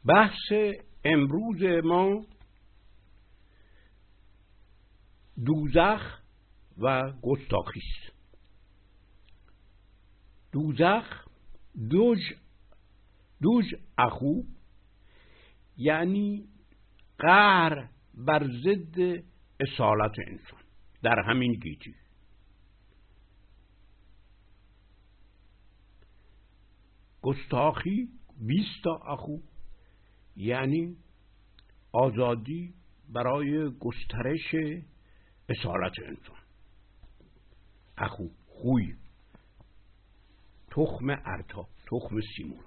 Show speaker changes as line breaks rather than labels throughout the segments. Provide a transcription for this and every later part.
بحث امروز ما دوزخ و گستاخی است. دوزخ دوج اخو، یعنی قهر بر ضد اصالت انسان در همین گیتی. گستاخی بیستا اخو، یعنی آزادی برای گسترش اصالت انسان. اخو خوی، تخم ارتا، تخم سیمون.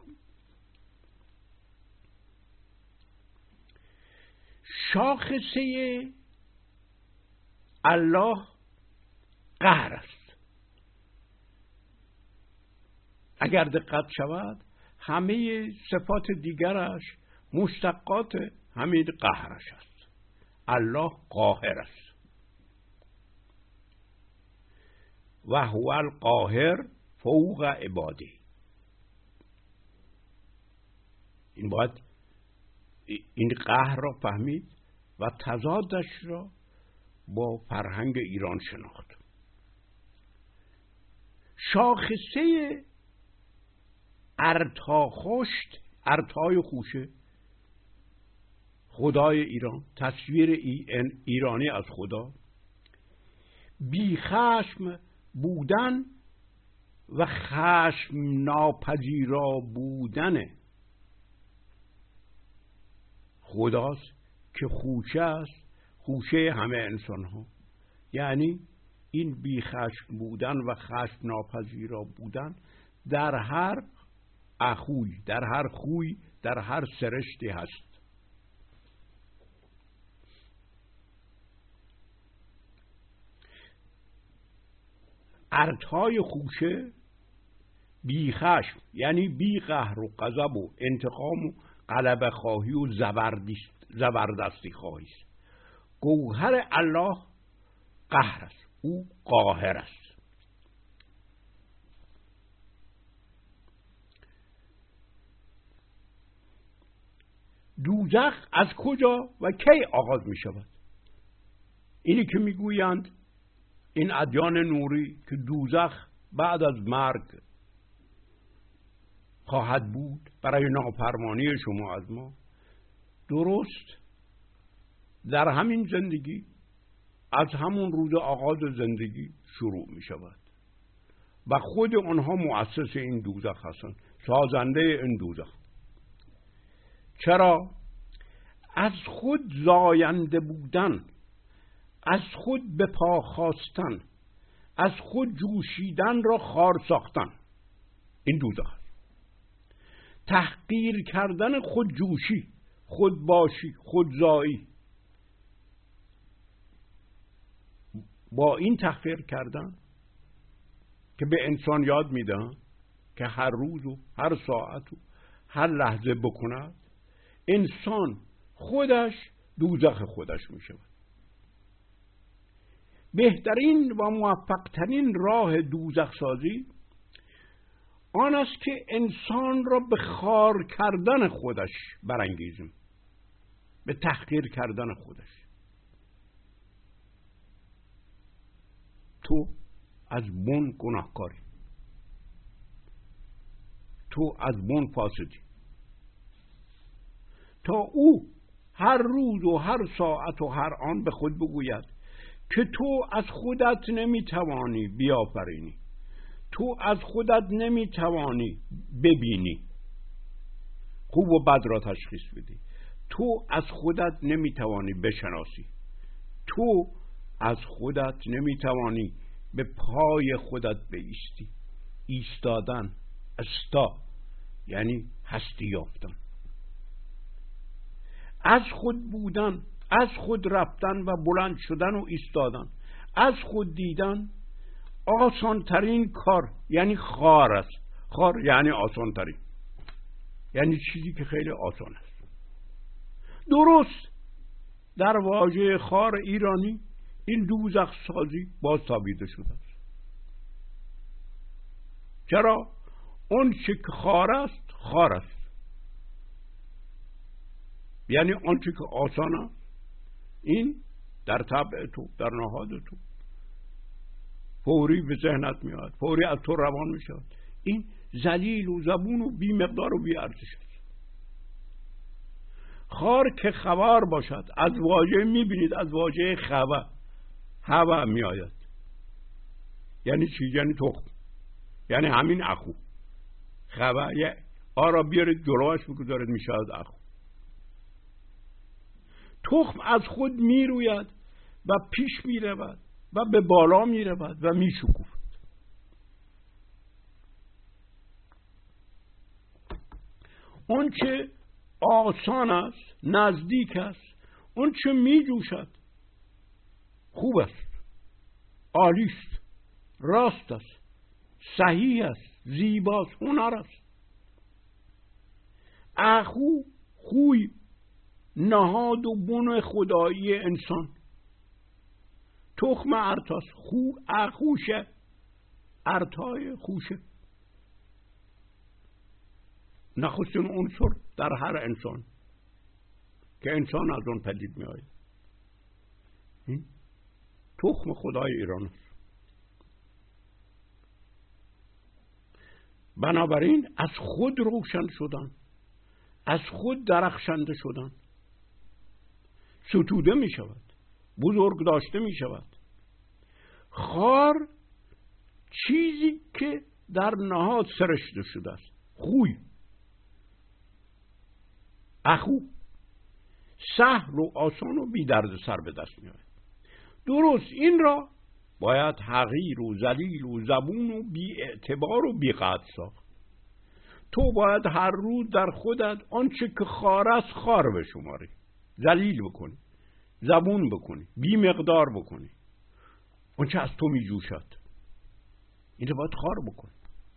شاخصه الله قهر است. اگر دقت شود همه صفات دیگرش مشتقات همین قهرش است. الله قاهر است و هو القاهر فوق عباده. این باید این قهر را فهمید و تضادش را با فرهنگ ایران شناخت. شاخصه ارتاخشت، ارتای خوشه، خدای ایران، تصویر ایرانی از خدا، بی خشم بودن و خشم ناپذیرا بودن خداست که خوشه است، خوشه همه انسان ها. یعنی این بی خشم بودن و خشم ناپذیرا بودن در هر اخوی، در هر خوی، در هر سرشتی هست. ارتای خوشه بی خشم، یعنی بی قهر و غضب و انتقام و غلبه خواهی و زبردستی خواهی است. گوهر الله قهر است، او قاهر است. دوزخ از کجا و کی آغاز می شود؟ اینی که می گویند این ادیان نوری که دوزخ بعد از مرگ خواهد بود برای نافرمانی شما از ما، درست در همین زندگی از همون روز آغاز زندگی شروع می شود و خود آنها مؤسس این دوزخ هستند، سازنده این دوزخ. چرا؟ از خود زاینده بودن، از خود به پا خواستن، از خود جوشیدن را خار ساختن، این دوزخ است. تحقیر کردن خود جوشی، خود باشی، خود زایی. با این تحقیر کردن که به انسان یاد میدن که هر روز و هر ساعت و هر لحظه بکند، انسان خودش دوزخ خودش می شود. بهترین و موفقترین راه دوزخ سازی آن است که انسان را به خار کردن خودش برانگیزیم، به تحقیر کردن خودش. تو از بن گناهکاری، تو از بن فاسدی، تا او هر روز و هر ساعت و هر آن به خود بگوید که تو از خودت نمیتوانی بیافرینی، تو از خودت نمیتوانی ببینی، خوب و بد را تشخیص بدی، تو از خودت نمیتوانی بشناسی، تو از خودت نمیتوانی به پای خودت بایستی. ایستادن، استا، یعنی هستی یافتن. از خود بودن، از خود رفتن و بلند شدن و ایستادن، از خود دیدن آسان ترین کار یعنی خار است. خار یعنی آسان ترین، یعنی چیزی که خیلی آسان است. درست در واژه خار ایرانی این دوزخ سازی باز تابیده شده است. چرا؟ اون چه که خار است، خار است. یعنی آنچه که آسان است این در طبع تو، در نهاد تو فوری به ذهنت میاد، فوری از تو روان میشود. این ذلیل و زبون و بی مقدار و بی ارزش است. خار که خوار باشد، از واژه میبینید، از واژه هوا میآید. یعنی چی؟ یعنی تخم، یعنی همین اخو. خوا یه آرا بیارید جلوش بگذارید میشود اخو. تخم از خود میروید و پیش میرود و به بالا میرود و میشکوفد. اون چه آسان است، نزدیک است، اون چه میجوشد خوب است، عالی است، راست است، صحیح است، زیباست، هنر است. اخو خوی نهاد و بن خدایی انسان. تخم ارتاست، اخوشه، ارتای خوشه، نخستین عنصر در هر انسان که انسان از آن پدید می آید. این تخم خدای ایران است. بنابراین از خود روشن شدن، از خود درخشنده شدن، ستوده می شود، بزرگ داشته می شود. خار چیزی که در نهاد سرشته شده است، خوی، اخو، سهل و آسان و بی درد سر به دست می آید. درست این را باید حقیر و ذلیل و زبون و بی اعتبار و بی قدر ساخت. تو باید هر روز در خودت آنچه که خار است خار بشماری، ذلیل بکنی، زبون بکنی، بی مقدار بکنی. آنچه از تو می جوشد این رو باید خار بکنی.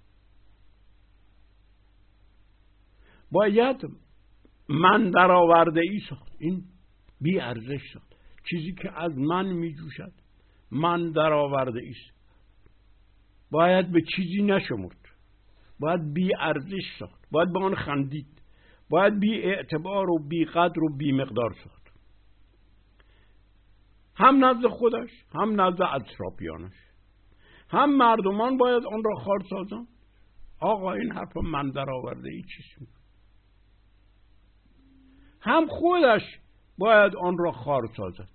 باید من در آورده ای ساخت، این بی ارزش ساخت. چیزی که از من می جوشد من در آورده ایست، باید به چیزی نشمرد، باید بی ارزش ساخت، باید به آن خندید، باید بی اعتبار و بی قدر و بی مقدار ساخت، هم نزد خودش، هم نزد اطرافیانش، هم مردمان باید آن را خار سازند. آقا این حرف من در آورده ای چیست میگه؟ هم خودش باید آن را خار سازد.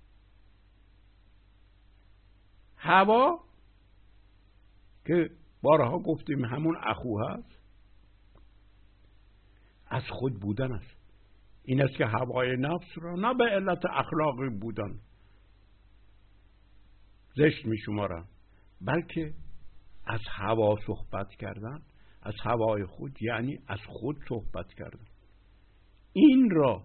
هوا که بارها گفتیم همون اخو هست، از خود بودن است. این است که هوای نفس را نه به علت اخلاقی بودن زشت می شمارن، بلکه از هوا صحبت کردن، از هوای خود یعنی از خود صحبت کردن، این را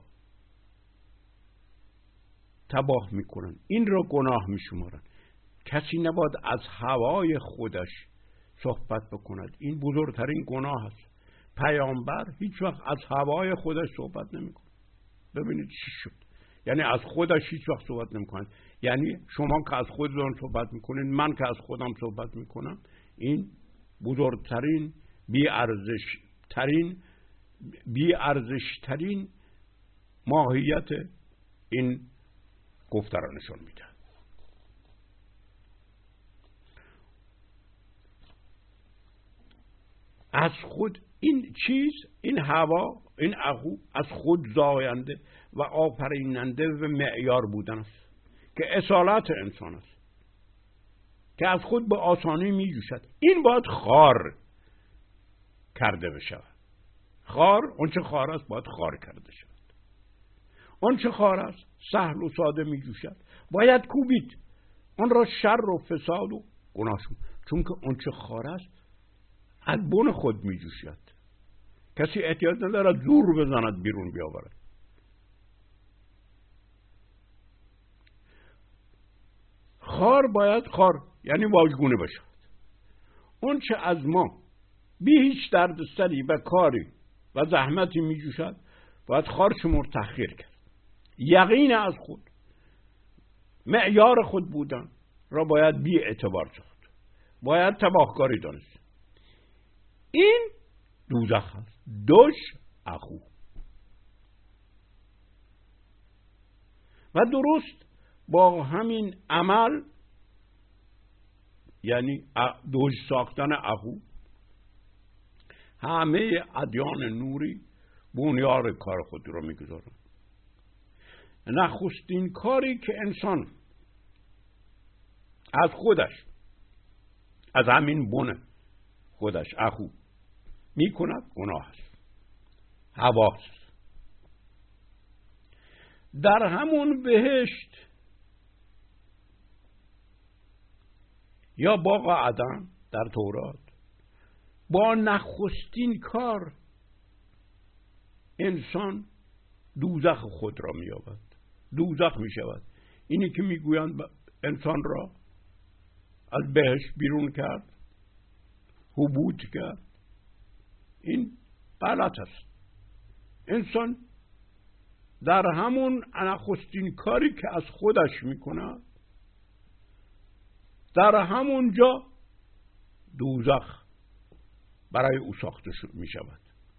تباه می کنن، این را گناه می شمارن. کسی نباید از هوای خودش صحبت بکند، این بزرگترین گناه است. پیامبر هیچ وقت از هوای خودش صحبت نمی کند. ببینید چی شد، یعنی از خودش هیچ وقت صحبت نمی کند. یعنی شما که از خودتون صحبت میکنید، من که از خودم صحبت میکنم، این بزرگترین بی ارزشترین ماهیت این گفته را نشان میده. از خود این چیز، این هوا، این اخو از خود زاینده و آفریننده و معیار بودن است که اصالت انسان است، که از خود به آسانی می جوشد. این باید خار کرده بشود. خار، اونچه خار است باید خار کرده شود. اونچه خار است سهل و ساده می جوشد، باید کوبید، آن را شر و فساد و گناه شد، چون که اونچه خار است از بن خود می جوشد. کسی احتیاج ندارد زور بزند بیرون بیاورد. خار باید خار یعنی واژگونه باشد. اون چه از ما بی هیچ دردسری و کاری و زحمتی می جوشد باید خار شمرد، تحقیر کرد. یقین از خود، معیار خود بودن را باید بی اعتبار ساخت، باید تباهکاری دانست. این دوزخ است. دوش اخو. و درست با همین عمل، یعنی دوج ساختن اخو، همه ادیان نوری بنیاد کار خود را میگذارند. نخستین کاری که انسان از خودش، از همین بن خودش اخو میکند گناه است، هواست. در همون بهشت یا باغ عدن در تورات با نخستین کار انسان دوزخ خود را می‌یابد، دوزخ می‌شود. اینی که میگویند انسان را از بهشت بیرون کرد، هبوط کرد، این غلط است. انسان در همون نخستین کاری که از خودش میکند، در همون جا دوزخ برای او ساخته می شود.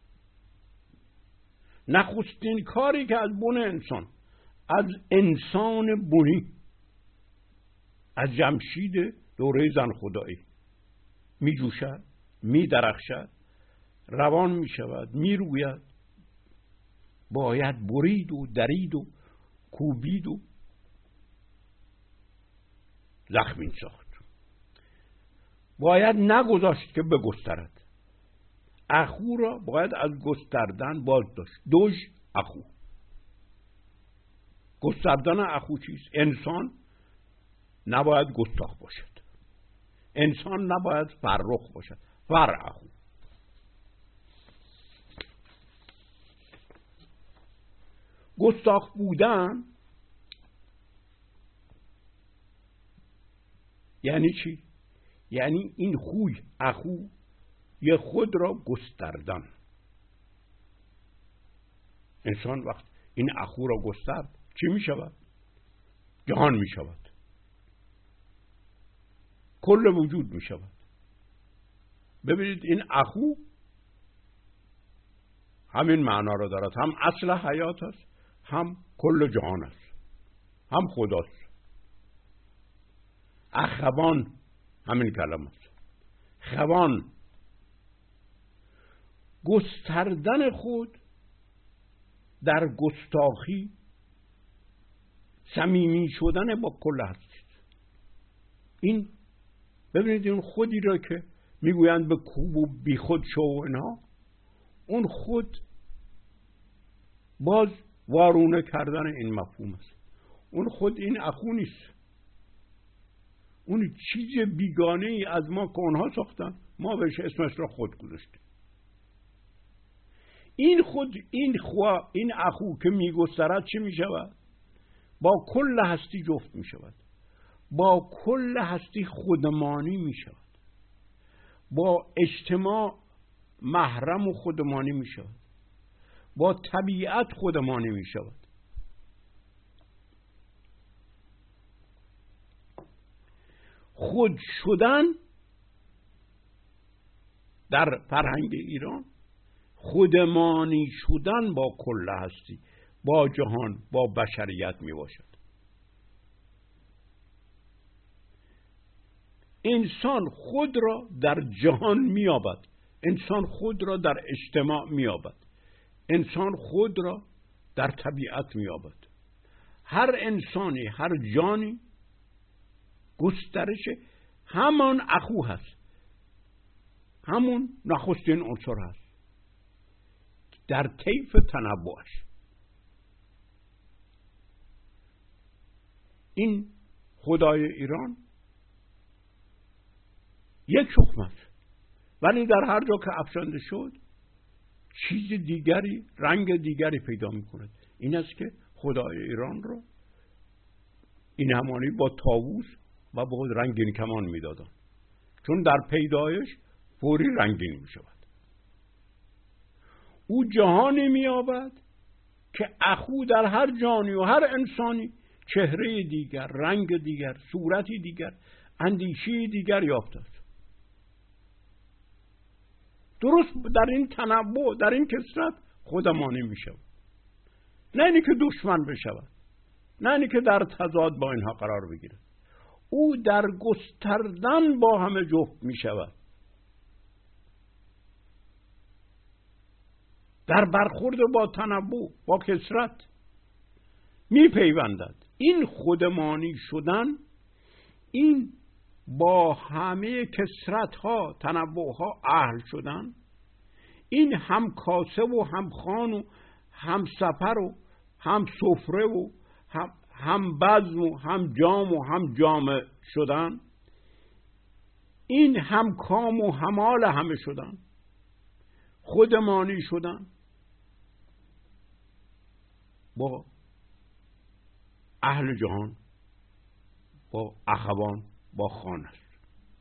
نخستین کاری که از بن انسان، از انسان بنی، از جمشید دوره زن خدایی می جوشد، می درخشد، روان می شود، می روید، باید برید و درید و کوبید و زخمین ساخت. باید نگذاشت که بگسترد. اخو را باید از گستردن باز داشت. دوج اخو. گستردن اخو چیست؟ انسان نباید گستاخ باشد، انسان نباید فرخ باشد. فر اخو. گستاخ بودن یعنی چی؟ یعنی این خوی اخو یه خود را گستردن. انسان وقت این اخو را گسترد چی می شود؟ جهان می شود، کل وجود می شود. ببینید این اخو همین معنا را دارد، هم اصل حیات است، هم کل جهان است، هم خداست. اخوان همین کلمه است. خوان گستردن خود در گستاخی، صمیمی شدن با کل هستی. این ببینید این خودی را که میگویند به کوب و بی خود شو و اینا، اون خود باز وارونه کردن این مفهوم است. اون خود این اخو نیست، اون چیز بیگانه ای از ما که اونها ساختن، ما بهش اسمش را خود گذاشتیم. این خود، این اخو که میگسترد چه میشود؟ با کل هستی جفت میشود، با کل هستی خودمانی میشود، با اجتماع محرم و خودمانی میشود، با طبیعت خودمانی میشود. خود شدن در فرهنگ ایران، خودمانی شدن با کل هستی، با جهان، با بشریت می باشد. انسان خود را در جهان می یابد، انسان خود را در اجتماع می یابد، انسان خود را در طبیعت می یابد. هر انسانی، هر جانی گسترش همان اخو هست، همون نخستین عنصر هست در طیف تنوعش. این خدای ایران یک شکم است، ولی در هر جا که افشانده شد چیز دیگری، رنگ دیگری پیدا میکند. این است که خدای ایران را این همانی با طاووس و با رنگین کمان میدادن، چون در پیدایش فوری رنگین می شود. او جهانی می یابد که اخو در هر جانی و هر انسانی چهره دیگر، رنگ دیگر، صورتی دیگر، اندیشه دیگر یافته است. درست در این تنوع، در این کثرت خودمانی می شود. نه اینی که دشمن بشود، نه اینکه در تضاد با اینها قرار بگیره. او در گستردن با همه جفت می شود، در برخورد با تنوع، با کثرت می پیوندد. این خودمانی شدن، این با همه کثرت ها، تنوع ها اهل شدن، این هم کاسه و هم خوان و هم سفر و هم سفره و هم بزم و هم جام و هم جامع شدن، این هم کام و همال همه شدن، خودمانی شدن با اهل جهان، با اخوان، با خان است.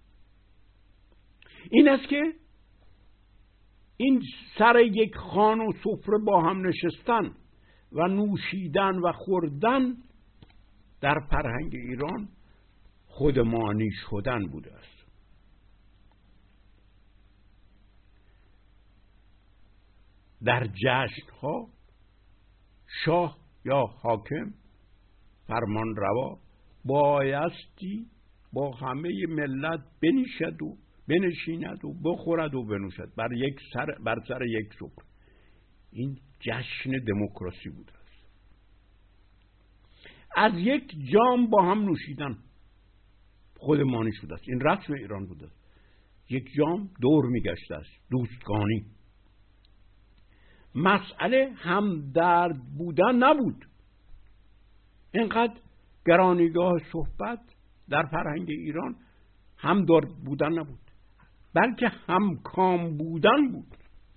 این است که این سر یک خوان و سفره با هم نشستن و نوشیدن و خوردن در فرهنگ ایران خودمانی شدن بوده است. در جشن‌ها شاه یا حاکم فرمان روا بایستی با همه ملت بنشد و بنشیند و بخورد و بنوشد بر سر یک سفره. این جشن دموکراسی بوده است. از یک جام با هم نوشیدن خودمانی شده است. این رسم ایران بوده است. یک جام دور میگشته است، دوستگانی. مسئله همدرد بودن نبود. اینقدر گرانیگاه صحبت در فرهنگ ایران همدرد بودن نبود، بلکه همکام بودن بود.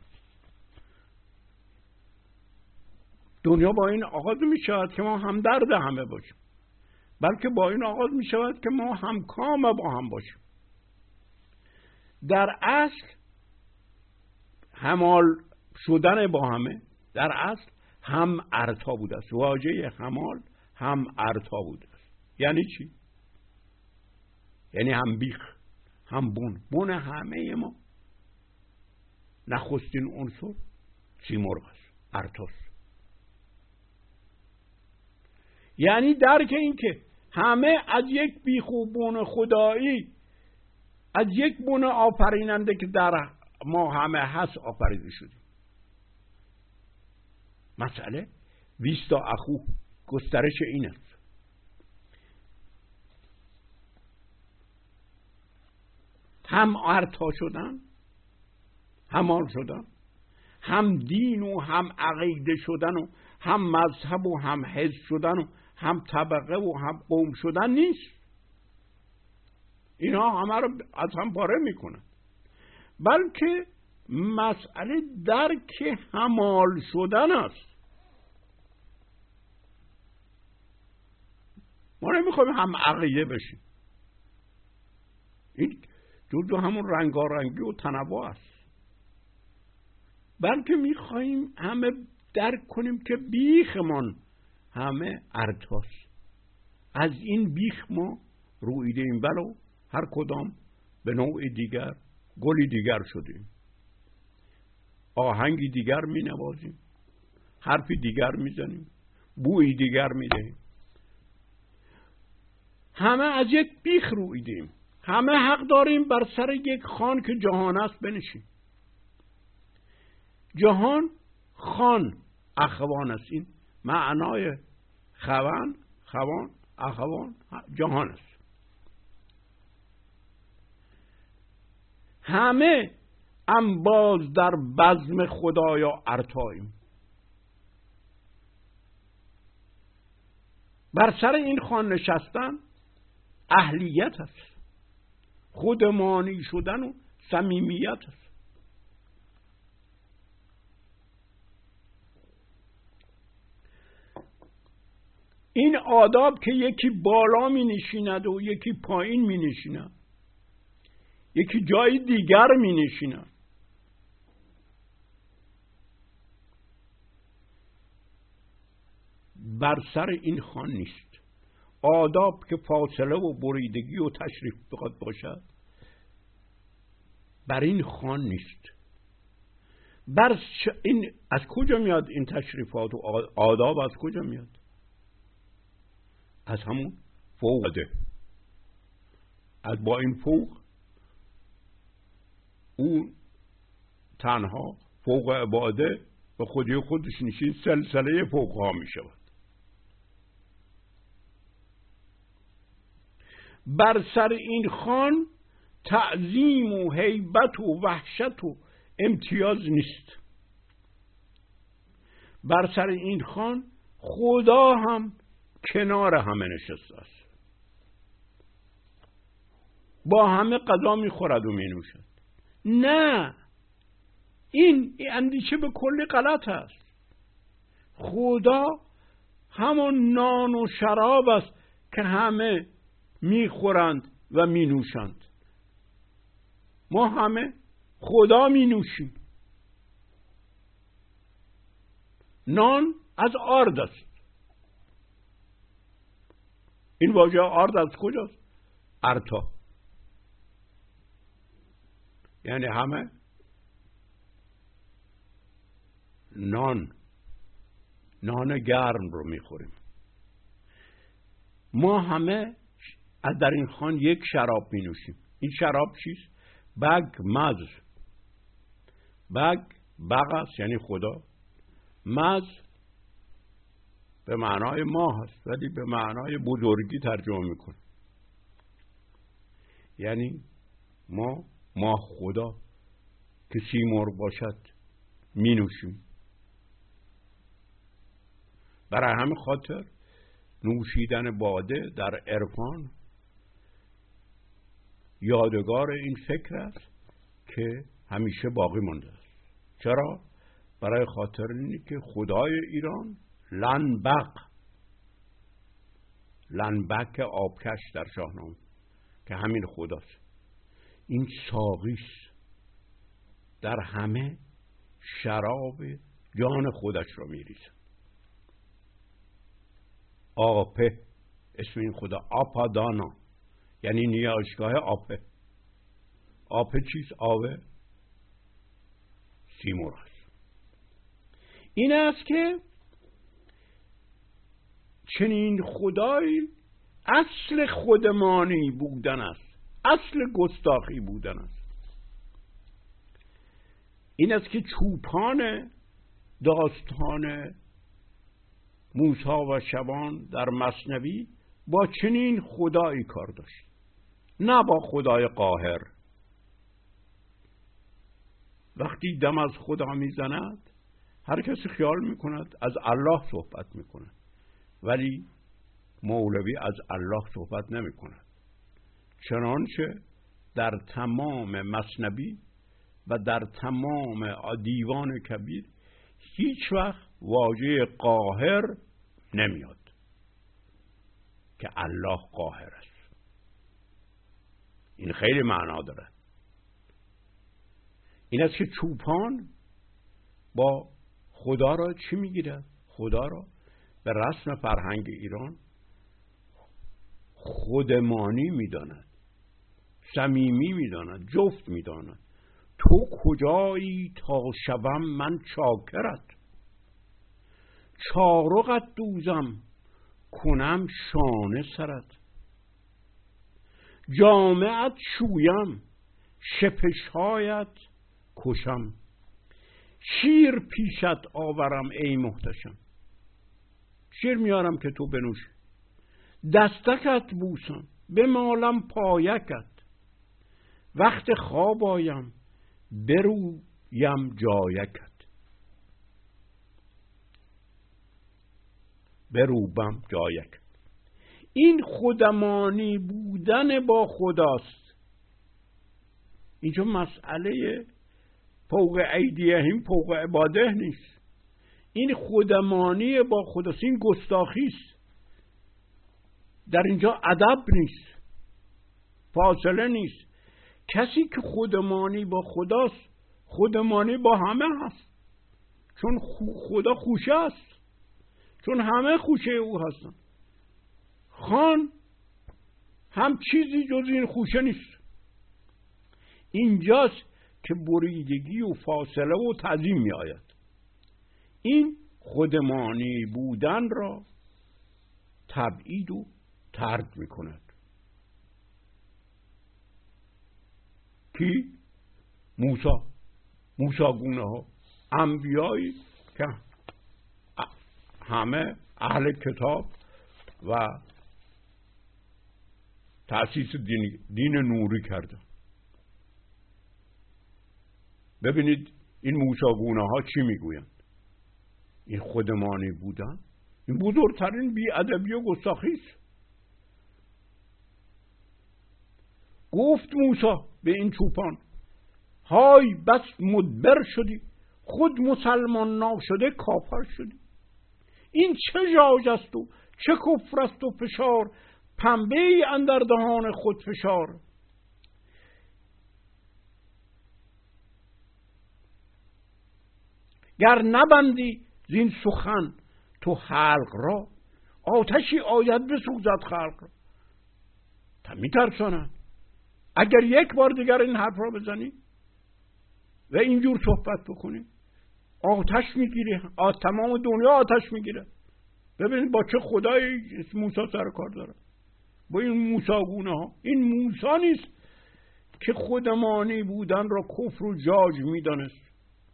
دنیا با این آغاز می شود که ما همدرد همه باشیم، بلکه با این آغاز می شود که ما همکام با هم باشیم. در اصل همال شدن با همه در اصل هم ارتا بوده است. واژه همال هم ارتا بوده است. یعنی چی؟ یعنی هم بیخ، هم بون همه ما نخستین عنصر سیمرغ است، ارتاست. یعنی درک این که همه از یک بیخ و بون خدایی، از یک بون آفریننده که در ما همه هست آفریده شدیم. مسئله ویستا اخو گسترش این است. هم ارتا شدن، همال شدن، هم دین و هم عقیده شدن و هم مذهب و هم حزب شدن و هم طبقه و هم قوم شدن نیست. اینا همه رو از هم پاره میکنن، بلکه مسئله درک همال شدن است. ما نمیخوایم هم عقیده بشیم. این جزو همون رنگارنگی و تنوع است، بلکه میخوایم همه درک کنیم که بیخمان همه ارتاست. از این بیخ ما رویده این ولو هر کدام به نوع دیگر گلی دیگر شدیم، آهنگی دیگر می نوازیم، حرفی دیگر می زنیم، بویی دیگر می دهیم. همه از یک بیخ رویدیم، همه حق داریم بر سر یک خوان که جهان است بنشیم. جهان خوان اخوان است. این معنای خوان اخوان جهان است. همه انباز در بزم خدایا ارتاییم. بر سر این خوان نشستن اهلیت است، خودمانی شدن و صمیمیت است. این آداب که یکی بالا می نشیند و یکی پایین می نشیند، یکی جای دیگر می نشیند، بر سر این خوان نیست. آداب که فاصله و بریدگی و تشریف بخواد باشد بر این خوان نیست. این از کجا میاد؟ این تشریفات و آداب از کجا میاد؟ از همون فوقده. از با این فوق اون تنها فوق عباده به خودی خودش نشین سلسله فوقها می شود. بر سر این خوان تعظیم و هیبت و وحشت و امتیاز نیست. بر سر این خوان خدا هم کنار همه نشسته است، با همه غذا میخورد و مینوشد. نه، این اندیشه به کلی غلط است. خدا همون نان و شراب است که همه میخورند و مینوشند. ما همه خدا مینوشیم. نان از آرد است. این واژه آرد از کجاست؟ ارتا. یعنی همه نان گرم رو میخوریم. ما همه از در این خان یک شراب می نوشیم. این شراب چیست؟ بگ مز. بگ است یعنی خدا. مز به معنای ما هست ولی به معنای بزرگی ترجمه میکنه. یعنی ما خدا که سیمرغ باشد می نوشیم. برای همین خاطر نوشیدن باده در عرفان یادگار این فکر است که همیشه باقی مانده است. چرا؟ برای خاطر اینه که خدای ایران لنبک آبکش در شاهنامه که همین خداست. این ساقیست، در همه شراب جان خودش رو میریزه. آپه اسم این خدا آپادانا یعنی نیایشگاه آپه. آپه چیست؟ آوه سیمرغ است. این است که چنین خدایی اصل خودمانی بودن است، اصل گستاخی بودن است. این است که چوپان داستان موسی و شبان در مثنوی با چنین خدایی کار داشت، نه با خدای قاهر. وقتی دم از خدا میزند هر کسی خیال میکند از الله صحبت میکند، ولی مولوی از الله صحبت نمیکند. چنانچه در تمام مثنوی و در تمام دیوان کبیر هیچ وقت واژه قاهر نمیاد که الله قاهر است. این خیلی معنا داره. این است که چوپان با خدا را چی میگیرد؟ خدا را به رسم فرهنگ ایران خودمانی میداند، صمیمی میداند، جفت میداند. تو کجایی تا شوم من چاکرت، چارقت دوزم کنم شانه سرت، جامعت شویم شپشهایت کشم، شیر پیشت آورم ای محتشم. شیر میارم که تو بنوشی، دستکت بوسم بمالم پایکت، وقت خواب آیم برویم جایکت، بروبم جایکت. این خودمانی بودن با خداست. اینجا مسئله فوق ایدیهم فوق عباده نیست. این خودمانی با خداست. این گستاخیست. در اینجا ادب نیست، فاصله نیست. کسی که خودمانی با خداست خودمانی با همه هست، چون خدا خوشه است، چون همه خوشه او هستن. خان هم چیزی جز این خوشه نیست. اینجاست که بریدگی و فاصله و تعظیم می آید. این خودمانی بودن را تبعید و طرد میکند. کی؟ موسیگونه ها، انبیایی که همه اهل کتاب و تأسیس دین نوری کردن. ببینید این موسیگونه ها چی میگویند. این خودمانی بودن، این بزرگترین بی‌ادبی و گستاخی است. گفت موسی به این چوپان: های بس مدبر شدی، خود مسلمان ناشده کافر شدی. این چه ژاژ است و چه کفر است و فشار، پنبه ای اندر دهان خود فشار. گر نبندی زین سخن تو حلق را، آتشی آید بسوزد خلق را. تا میترسانند اگر یک بار دیگر این حرف را بزنی و اینجور صحبت بکنی آتش میگیری، تمام دنیا آتش میگیره. ببینید با چه خدای موسی سر کار داره، با این موسیگونه ها. این موسی نیست که خودمانی بودن را کفر و ژاژ میدانست.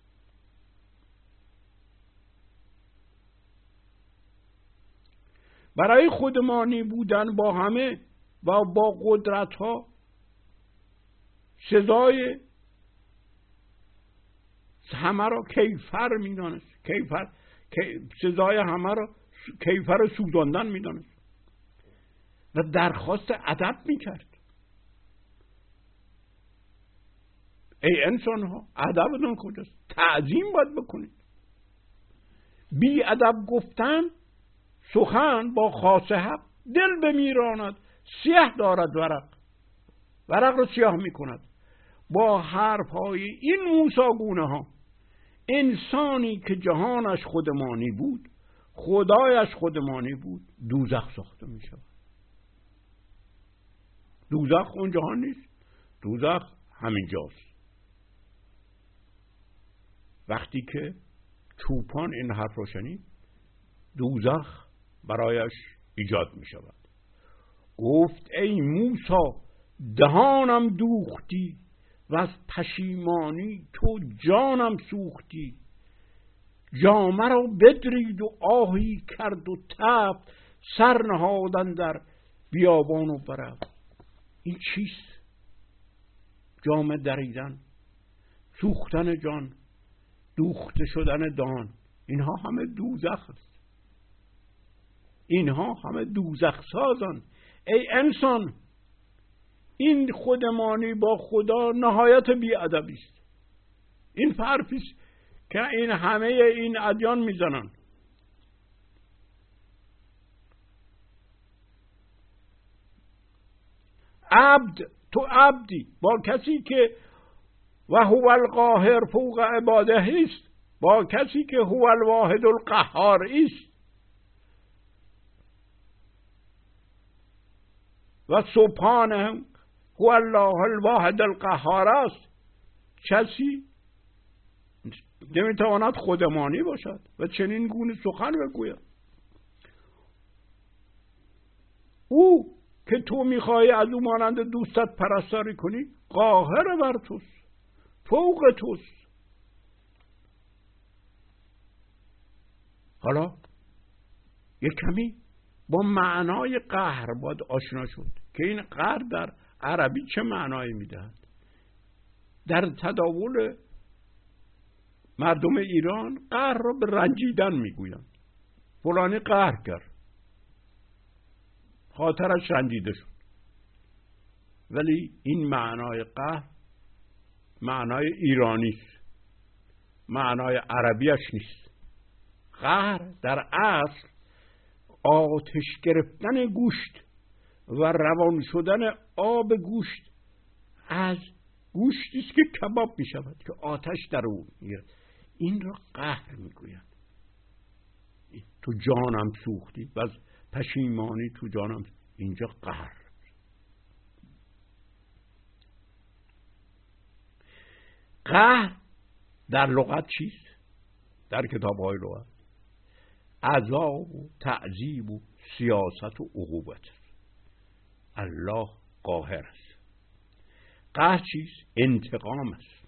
برای خودمانی بودن با همه و با قدرت ها سزای همه را کیفر میدانست. سزای همه را کیفر سوزاندن میدانست و درخواست ادب میکرد. ای انسان ها، ادبتون کجاست؟ تعظیم باید بکنید. بی ادب گفتن سخن با خاص حق دل بمیراند، سیاه دارد ورق رو سیاه میکند. با حرفهای این موسیگونه ها انسانی که جهانش خودمانی بود، خدایش خودمانی بود، دوزخ ساخته می شود. دوزخ اون جهان نیست، دوزخ همین جاست. وقتی که چوپان این حرف رو شنید دوزخ برایش ایجاد می شود. گفت ای موسی دهانم دوختی و از پشیمانی تو جانم سوختی. جامه را بدرید و آهی کرد و تفت، سر نهادن در بیابان و برفت. این چیست؟ جامه دریدن، سوختن جان، دوخته شدن دان، اینها همه دوزخ است. اینها همه دوزخ سازن. ای انسان، این خودمانی با خدا نهایت بی‌ادبی است. این حرفی است که این همه این ادیان میزنن. تو عبدی با کسی که و هو القاهر فوق عباده است، با کسی که هو الواحد القهار است و سبحانه هو الله الواحد القهار است. کسی نمیتواند خودمانی باشد و چنین گونه سخن بگوید. او که تو میخوای از او مانند دوستت پرستاری کنی قاهر بر توست، فوق توست. حالا یک کمی با معنای قهر باید آشنا شد که این قهر در عربی چه معنایی میدهد. در تداول مردم ایران قهر را به رنجیدن میگویند. فلانی قهر کرد، خاطرش رنجیده شد. ولی این معنای قهر معنای ایرانی است، معنای عربیش نیست. قهر در اصل آتش گرفتن گوشت و روان شدن آب گوشت از گوشتی است که کباب می شود که آتش در اون میاد. این را قهر میگویند. تو جانم سوختی و از پشیمانی تو جانم. اینجا قهر. قهر در لغت چیست؟ در کتاب‌های لغت عذاب و تعذیب و سیاست و عقوبت است. الله قاهر است. قهر چیست؟ انتقام است،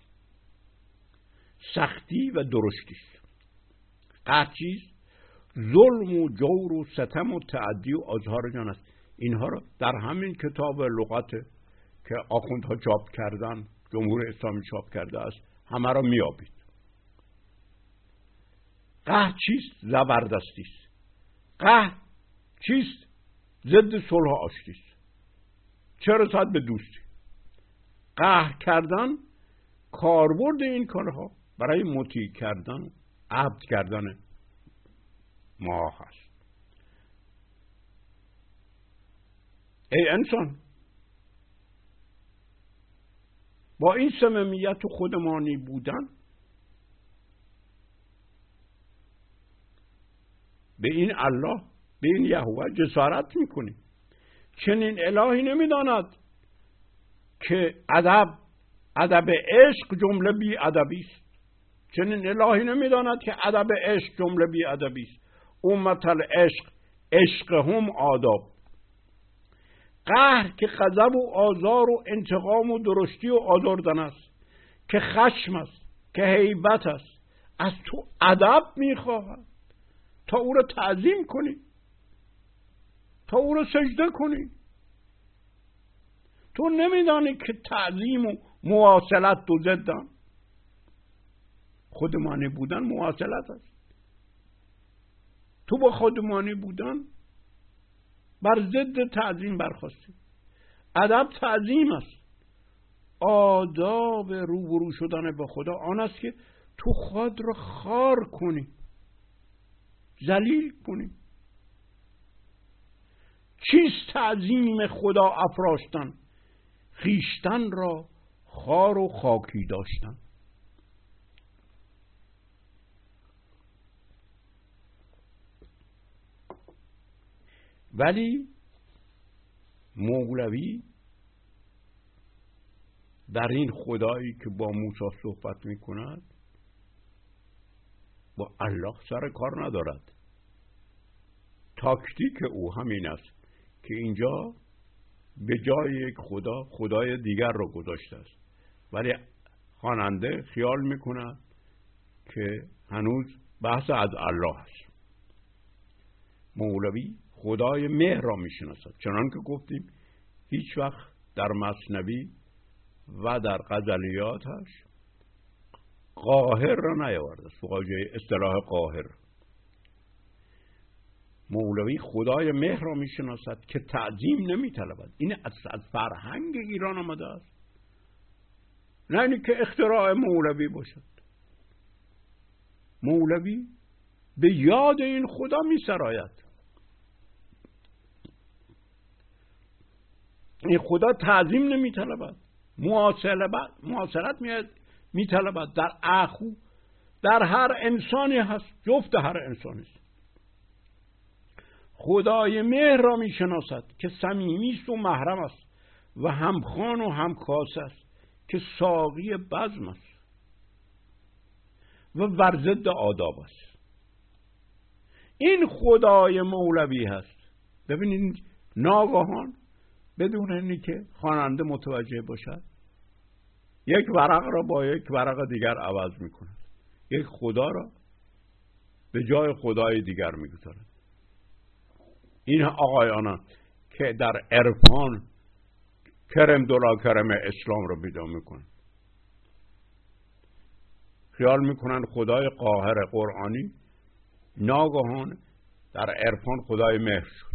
سختی و درشتی است. قهر چیست؟ ظلم و جور و ستم و تعدی و آزار جان است. اینها را در همین کتاب لغت که آخوندها چاپ کردن، جمهور اسلامی چاپ کرده است، همه را میابید. قهر چیست؟ زبردستی است. قهر چیست؟ ضد صلح و آشتی است. چه رسد به دوستی. قهر کردن، کاربرد این کارها برای مطیع کردن، عبد کردن ما هست. ای انسان، با این صمیمیت و خودمانی بودن به این الله، به این یهوه جسارت میکنی. چنین الهی نمیداند که ادب عشق جمله بی ادبی است. چنین الهی نمیداند که ادب عشق جمله بی ادبی است. امت العشق عشقهم آداب. قهر که غضب و آزار و انتقام و درشتی و آزردن است، که خشم است، که هیبت است، از تو ادب میخواهد تا او را تعظیم کنی، تا او را سجده کنی. تو نمیدانی که تعظیم و مواصلت دو ضدن. خودمانی بودن مواصلت است. تو با خودمانی بودن بر ضد تعظیم برخواستی. ادب تعظیم است. آداب روبرو شدن با خدا آن است که تو خود را خار کنی، ذلیل کنی. چیست تعظیم خدا افراشتن؟ خویشتن را خار و خاکی داشتن. ولی مولوی در این خدایی که با موسی صحبت می کند با الله سر کار ندارد. تاکتیک او همین است که اینجا به جای یک خدا خدای دیگر را گذاشته است، ولی خواننده خیال می کند که هنوز بحث از الله است. مولوی خدای مهر را می شناسد، چنان که گفتیم هیچ وقت در مثنوی و در غزلیاتش قاهر را نیاورده است، فقط جای اصطلاح قاهر. مولوی خدای مهر را می شناسد که تعظیم نمی طلبد. این از فرهنگ ایران آمده است، نه اینی که اختراع مولوی باشد. مولوی به یاد این خدا می سراید. این خدا تعظیم نمی طلبد، مواصلت می طلبد. در اخو در هر انسانی هست، جفت هر انسانی است. خدای مهر را می شناسد که صمیمی است و محرم است و همخوان و همکاسه است، که ساقی بزم است و بر ضد آداب است. این خدای مولوی هست. ببینید ناگهان بدون اینی که خواننده متوجه باشد یک ورق را با یک ورق دیگر عوض می کند، یک خدا را به جای خدای دیگر می گذارد. این آقایان که در عرفان کرم دولا کرم اسلام را بیدار می کنند، خیال می کنند خدای قاهر قرآنی ناگهان در عرفان خدای مهر شد.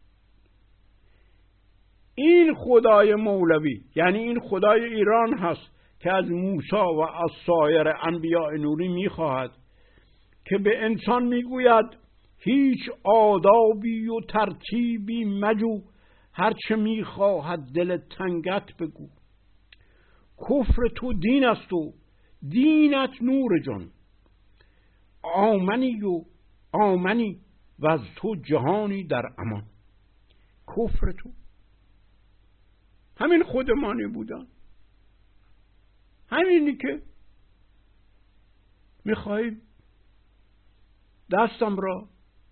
این خدای مولوی یعنی این خدای ایران هست که از موسی و از سایر انبیاء نوری میخواهد که به انسان میگوید هیچ آدابی و ترتیبی مجو، هرچه میخواهد دل تنگت بگو. کفر تو دین است و دینت نور جان، آمنی و از تو جهانی در امان. کفر تو همین خودمانی بودن، همینی که میخوایی دستم را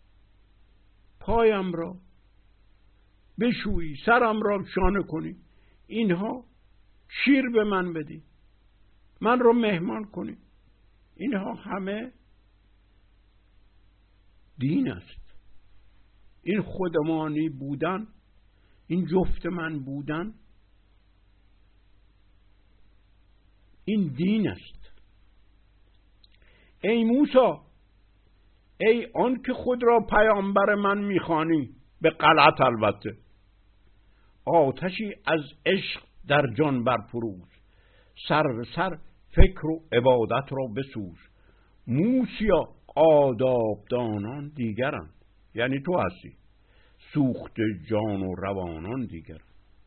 پایم را بشویی، سرم را شانه کنی، اینها شیر به من بدی، من را مهمان کنی، اینها همه دین است. این خودمانی بودن، این جفت من بودن، این دین است. ای موسی، ای آن که خود را پیامبر من میخوانی، به غلط البته، آتشی از عشق در جان برفروز، سر به سر فکر و عبادت را بسوز. موسیا آدابدانان دیگرند، یعنی تو هستی، سوخت جان و روانان دیگرند.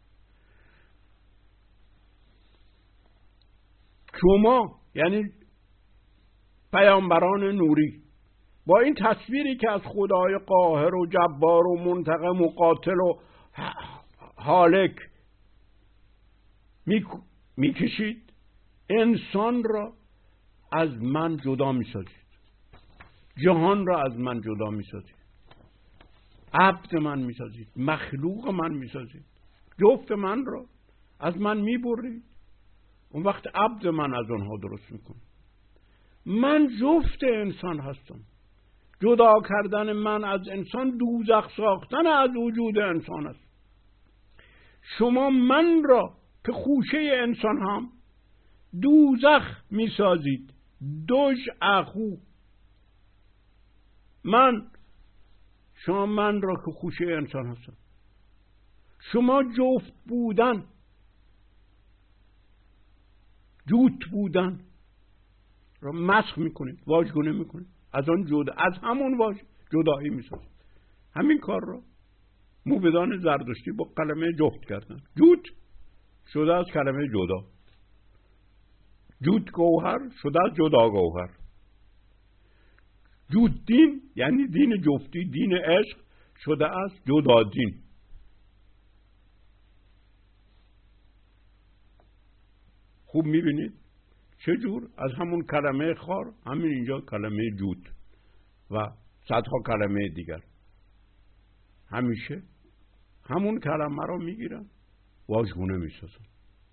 شما یعنی پیامبران نوری با این تصویری که از خدای قاهر و جبار و منتقم و قاتل و هالک میکشید، انسان را از من جدا میسازید، جهان را از من جدا میسازید، عبد من میسازید، مخلوق من میسازید، جفت من را از من میبرید، اون وقت عبد من از آنها درست میکنه. من جفت انسان هستم. جدا کردن من از انسان دوزخ ساختن از وجود انسان است. شما من را که خوشه انسان هم دوزخ میسازید. دوش اخو من، شما من را که خوشه انسان هستم، شما جفت بودن، جوت بودن را مسخ میکنید، واژگونه میکنید، از آن جدا، از همون جدایی میسازید. همین کار را موبدان زردشتی با کلمه جفت کردن. جوت شده از کلمه جدا، جوت گوهر شده از جدا گوهر. جوت دین یعنی دین جفتی، دین عشق شده از جدا دین. خوب میبینید چجور از همون کلمه خار، همین اینجا کلمه جوت و صدها کلمه دیگر همیشه همون کلمه را میگیرن، واژگونه میسازن.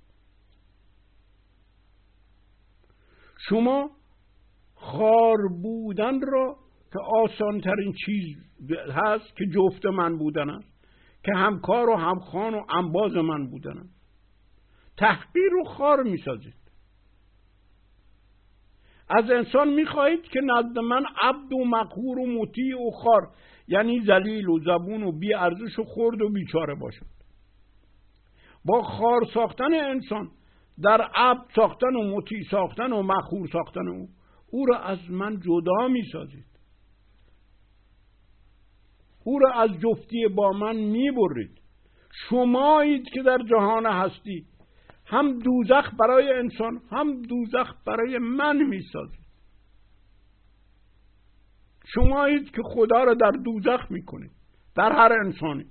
شما خار بودن را که آسان ترین چیز هست که جفت من بودن است، که همکار و همخوان و انباز من بودن است، تحقیر و خار میسازید. از انسان میخواهید که نزد من عبد و مقهور و مطیع و خار، یعنی ذلیل و زبون و بی ارزش و خرد و بیچاره باشد. با خار ساختن انسان در عبد ساختن و مطیع ساختن و مقهور ساختن او را از من جدا میسازید، او را از جفتی با من میبرید. شمایید که در جهان هستی هم دوزخ برای انسان هم دوزخ برای من میسازید. شمایید که خدا را در دوزخ میکنید، در هر انسانی.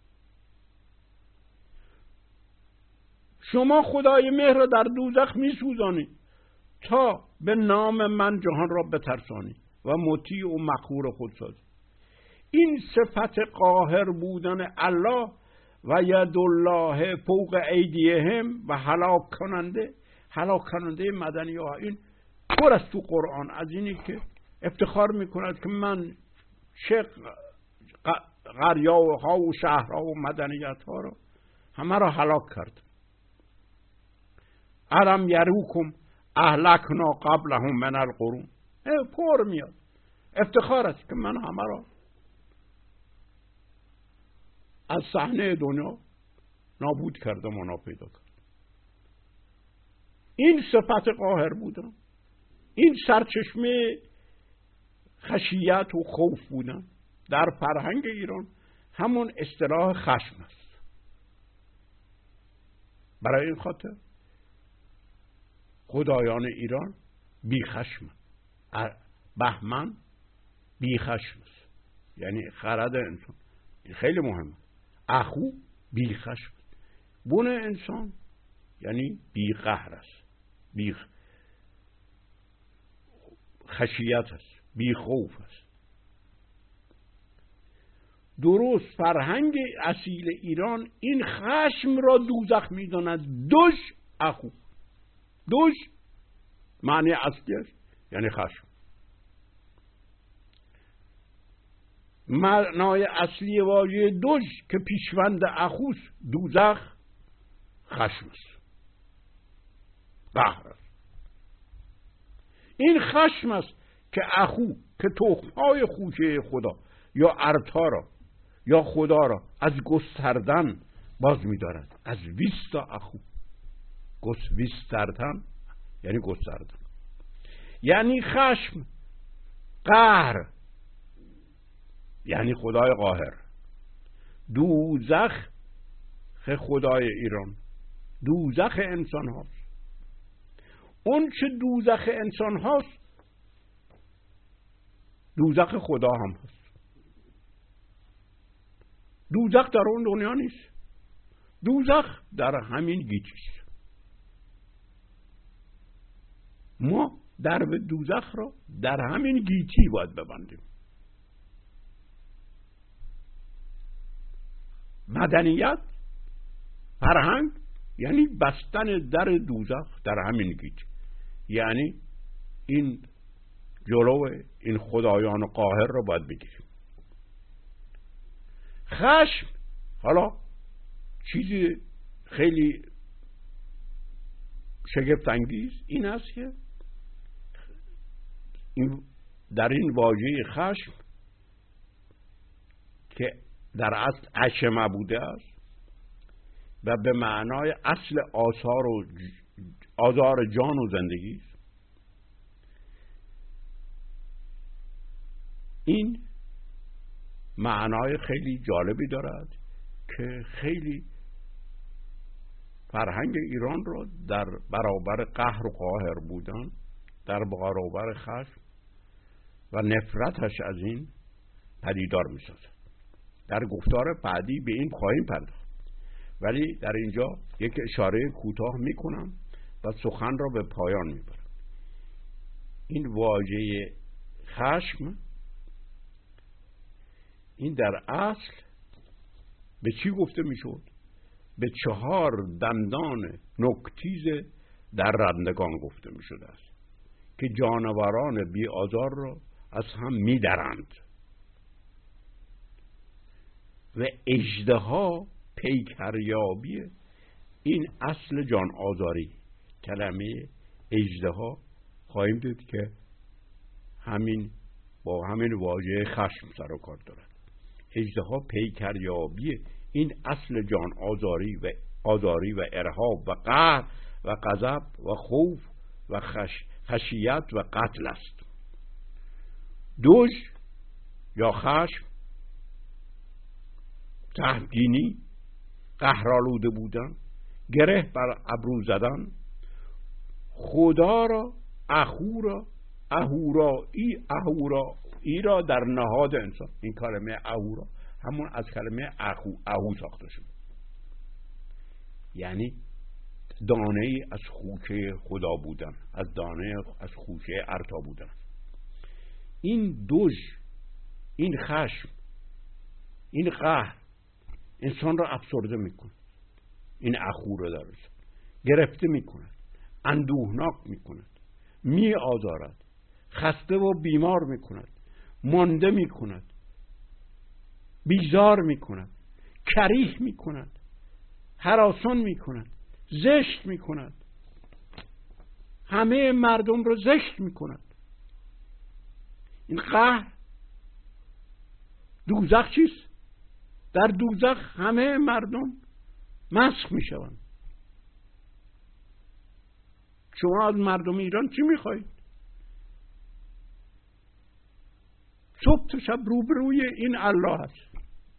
شما خدای مهر را در دوزخ میسوزانید تا به نام من جهان را بترسانید و مطیع و مقهور خود سازید. این صفت قاهر بودن الله و ید الله فوق ایدیهم و هلاک کننده مدنی ها، این پر است تو قرآن از اینی که افتخار میکند که من چه قریه ها و شهرها و مدنیت ها را همه را هلاک کرد. الم یروکم اهلکنا قبلهم من القرون، پر میاد، افتخار است که من همه را از صحنه دنیا نابود کردم و ناپیدا کردم. این صفت قاهر بودن، این سرچشمه خشیت و خوف بودن در فرهنگ ایران همون اصطلاح خشم است. برای این خاطر خدایان ایران بی خشم، بهمن بی خشم است، یعنی خرد انسان. این خیلی مهمه. اخو بی خشم، بن انسان یعنی بی قهر است، بی خشیت است، بی خوف است. درست فرهنگ اصیل ایران این خشم را دوزخ می‌داند. دوش اخو، دوش معنی اصلیش یعنی خشم. معنای اصلی واژه دوش که پیشوند اخوست، دوزخ خشم است، قهر است. این خشم است که اخو، که تخم‌های خوشه خدا یا ارتا را یا خدا را از گستردن باز می‌دارد. از ویستا اخو، ویستردن یعنی گستردن، یعنی خشم. قهر یعنی خدای قاهر. دوزخ خدای ایران، دوزخ انسان هاست. اون چه دوزخ انسان هاست دوزخ خدا هم هست. دوزخ در اون دنیا نیست، دوزخ در همین گیتیست. ما درب دوزخ را در همین گیتی باید ببندیم. مدنیت، فرهنگ یعنی بستن در دوزخ در همین گیتی، یعنی این جلو این خدایان قاهر را باید بگیریم. خشم حالا چیزی خیلی شگفت انگیز این است که در این واژه خشم که در اصل عشمه بوده است و به معنای اصل آزار جان و زندگی است، این معنای خیلی جالبی دارد که خیلی فرهنگ ایران را در برابر قهر و قاهر بودن، در برابر خشم و نفرتش از این پدیدار می سازد. در گفتار بعدی به این خواهیم پرداخت، ولی در اینجا یک اشاره کوتاه می کنم و سخن را به پایان می برم. این واژه خشم این در اصل به چی گفته می شد؟ به 4 دندان نوک‌تیز در رندگان گفته می شده است که جانوران بی آزار را از هم می درند و اژدها پیکریابی این اصل جان آزاری. کلمه اژدها خواهیم دید که همین با همین واژه خشم سر و کار دارد. اژدها پیکریابی این اصل جان آزاری و ارهاب و قهر و غضب و خوف و خشیت و قتل است. دوش یا خشم تهمگینی، قهرآلوده بودن، گره بر ابرو زدن، خدا را، اخو را، اهورایی را در نهاد انسان. این کلمه اهورا همون از کلمه اهو ساخته شد، یعنی دانه ای از خوشه خدا بودن، از دانه از خوشه ارتا بودن. این دوش، این خشم، این قهر انسان را افسرده میکنه. این اخو را در گرفته میکند، اندوهناک میکند، می آزارد، خسته و بیمار میکند، مانده میکند، بیزار میکند، کریه میکند، هراسان میکند، زشت میکند، همه مردم رو زشت میکند. این قهر دوزخ چیست؟ در دوزخ همه مردم مسخ میشوند. شما از مردم ایران چی میخواید؟ صبح تا شب روبروی این الله هست.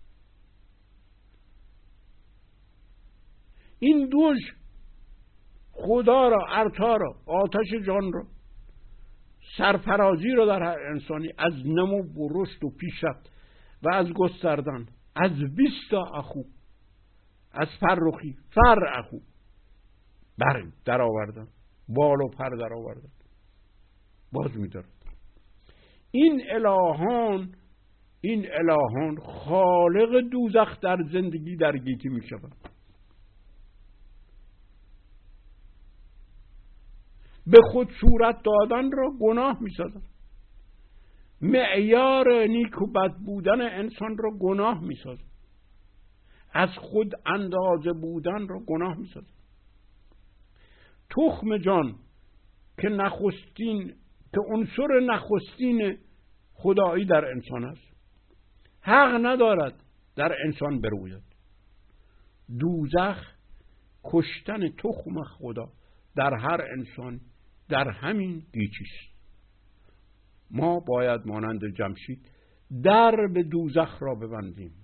این دوش خدا را، ارتا را، آتش جان را، سرفرازی را در هر انسانی از نمو و رشد و پیشرفت و از گستردن، از ویستا اخو، از فرخی فر اخو بر در آوردن، بال و پر در آوردن، باز می‌دارد. این الهان این الهان خالق دوزخ در زندگی در گیتی می شود. به خود صورت دادن را گناه می سازد. معیار نیک و بد بودن انسان را گناه می سازد. از خود اندازه بودن را گناه می سازد. تخم جان که عنصر نخستین خدایی در انسان است، حق ندارد در انسان بروید. دوزخ کشتن تخم خدا در هر انسان در همین گیتی است. ما باید مانند جمشید در به دوزخ را ببندیم.